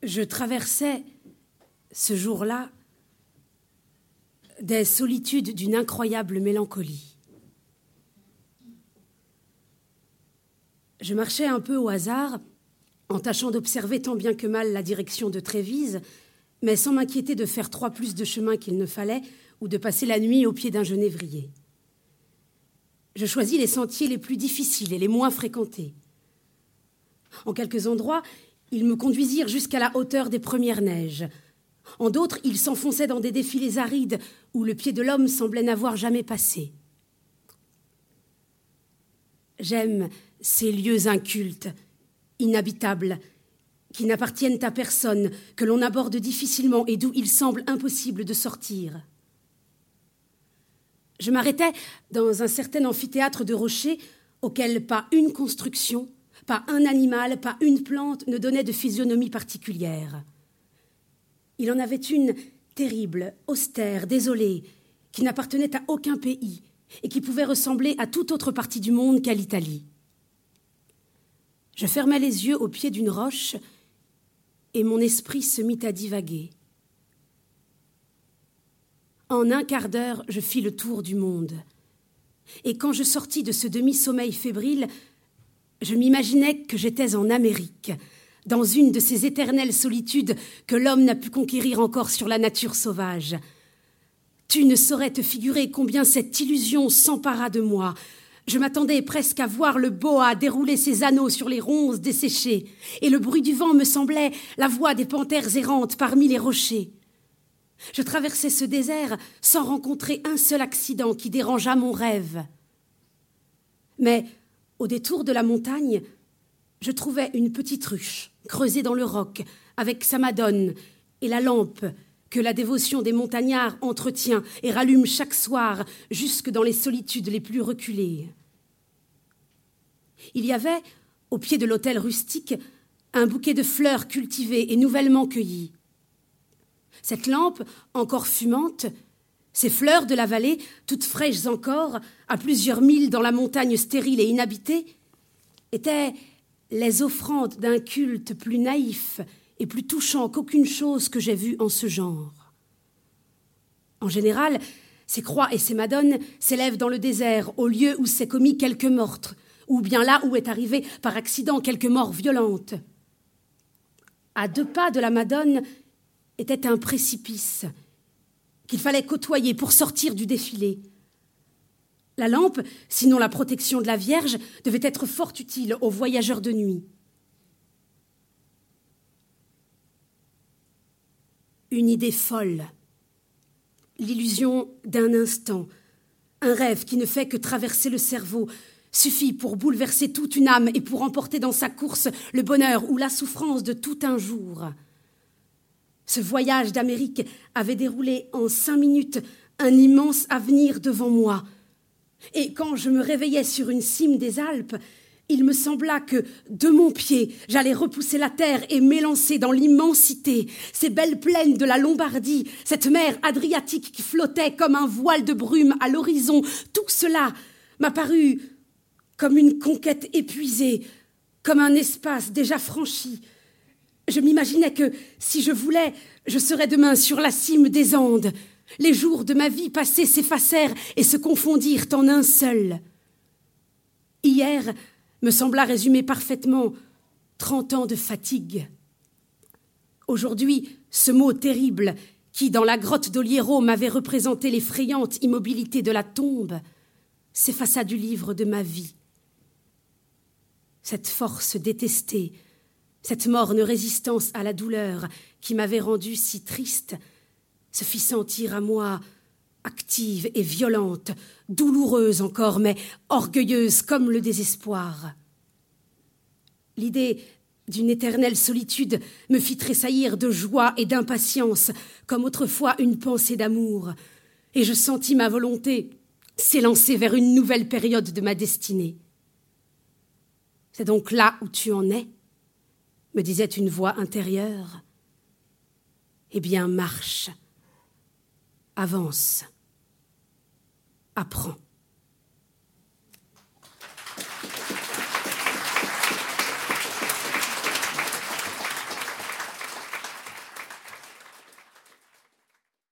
Je traversais, ce jour-là, des solitudes d'une incroyable mélancolie. Je marchais un peu au hasard, en tâchant d'observer tant bien que mal la direction de Trévise, mais sans m'inquiéter de faire 3 plus de chemin qu'il ne fallait ou de passer la nuit au pied d'un genévrier. Je choisis les sentiers les plus difficiles et les moins fréquentés. En quelques endroits, ils me conduisirent jusqu'à la hauteur des premières neiges. En d'autres, ils s'enfonçaient dans des défilés arides où le pied de l'homme semblait n'avoir jamais passé. J'aime ces lieux incultes, inhabitables, qui n'appartiennent à personne, que l'on aborde difficilement et d'où il semble impossible de sortir. Je m'arrêtais dans un certain amphithéâtre de rochers auquel pas une construction, pas un animal, pas une plante ne donnait de physionomie particulière. Il en avait une terrible, austère, désolée, qui n'appartenait à aucun pays et qui pouvait ressembler à toute autre partie du monde qu'à l'Italie. Je fermai les yeux au pied d'une roche et mon esprit se mit à divaguer. En un quart d'heure, je fis le tour du monde. Et quand je sortis de ce demi-sommeil fébrile, je m'imaginais que j'étais en Amérique, dans une de ces éternelles solitudes que l'homme n'a pu conquérir encore sur la nature sauvage. Tu ne saurais te figurer combien cette illusion s'empara de moi. Je m'attendais presque à voir le boa dérouler ses anneaux sur les ronces desséchées, et le bruit du vent me semblait la voix des panthères errantes parmi les rochers. Je traversais ce désert sans rencontrer un seul accident qui dérangeât mon rêve. Mais, au détour de la montagne, je trouvai une petite ruche, creusée dans le roc, avec sa madone et la lampe que la dévotion des montagnards entretient et rallume chaque soir jusque dans les solitudes les plus reculées. Il y avait, au pied de l'autel rustique, un bouquet de fleurs cultivées et nouvellement cueillies. Cette lampe, encore fumante, ces fleurs de la vallée, toutes fraîches encore, à plusieurs milles dans la montagne stérile et inhabitée, étaient les offrandes d'un culte plus naïf et plus touchant qu'aucune chose que j'ai vue en ce genre. En général, ces croix et ces madones s'élèvent dans le désert, au lieu où s'est commis quelque meurtre, ou bien là où est arrivé par accident quelque mort violente. À 2 pas de la madone était un précipice qu'il fallait côtoyer pour sortir du défilé. La lampe, sinon la protection de la Vierge, devait être fort utile aux voyageurs de nuit. Une idée folle, l'illusion d'un instant, un rêve qui ne fait que traverser le cerveau, suffit pour bouleverser toute une âme et pour emporter dans sa course le bonheur ou la souffrance de tout un jour. Ce voyage d'Amérique avait déroulé en 5 minutes un immense avenir devant moi. Et quand je me réveillais sur une cime des Alpes, il me sembla que, de mon pied, j'allais repousser la terre et m'élancer dans l'immensité, ces belles plaines de la Lombardie, cette mer Adriatique qui flottait comme un voile de brume à l'horizon. Tout cela m'apparut comme une conquête épuisée, comme un espace déjà franchi. Je m'imaginais que, si je voulais, je serais demain sur la cime des Andes. Les jours de ma vie passée s'effacèrent et se confondirent en un seul. Hier me sembla résumer parfaitement 30 ans de fatigue. Aujourd'hui, ce mot terrible, qui, dans la grotte d'Oliero, m'avait représenté l'effrayante immobilité de la tombe, s'effaça du livre de ma vie. Cette force détestée, cette morne résistance à la douleur qui m'avait rendue si triste, se fit sentir à moi active et violente, douloureuse encore, mais orgueilleuse comme le désespoir. L'idée d'une éternelle solitude me fit tressaillir de joie et d'impatience, comme autrefois une pensée d'amour, et je sentis ma volonté s'élancer vers une nouvelle période de ma destinée. « C'est donc là où tu en es ?» me disait une voix intérieure. « Eh bien, marche, avance, apprends. »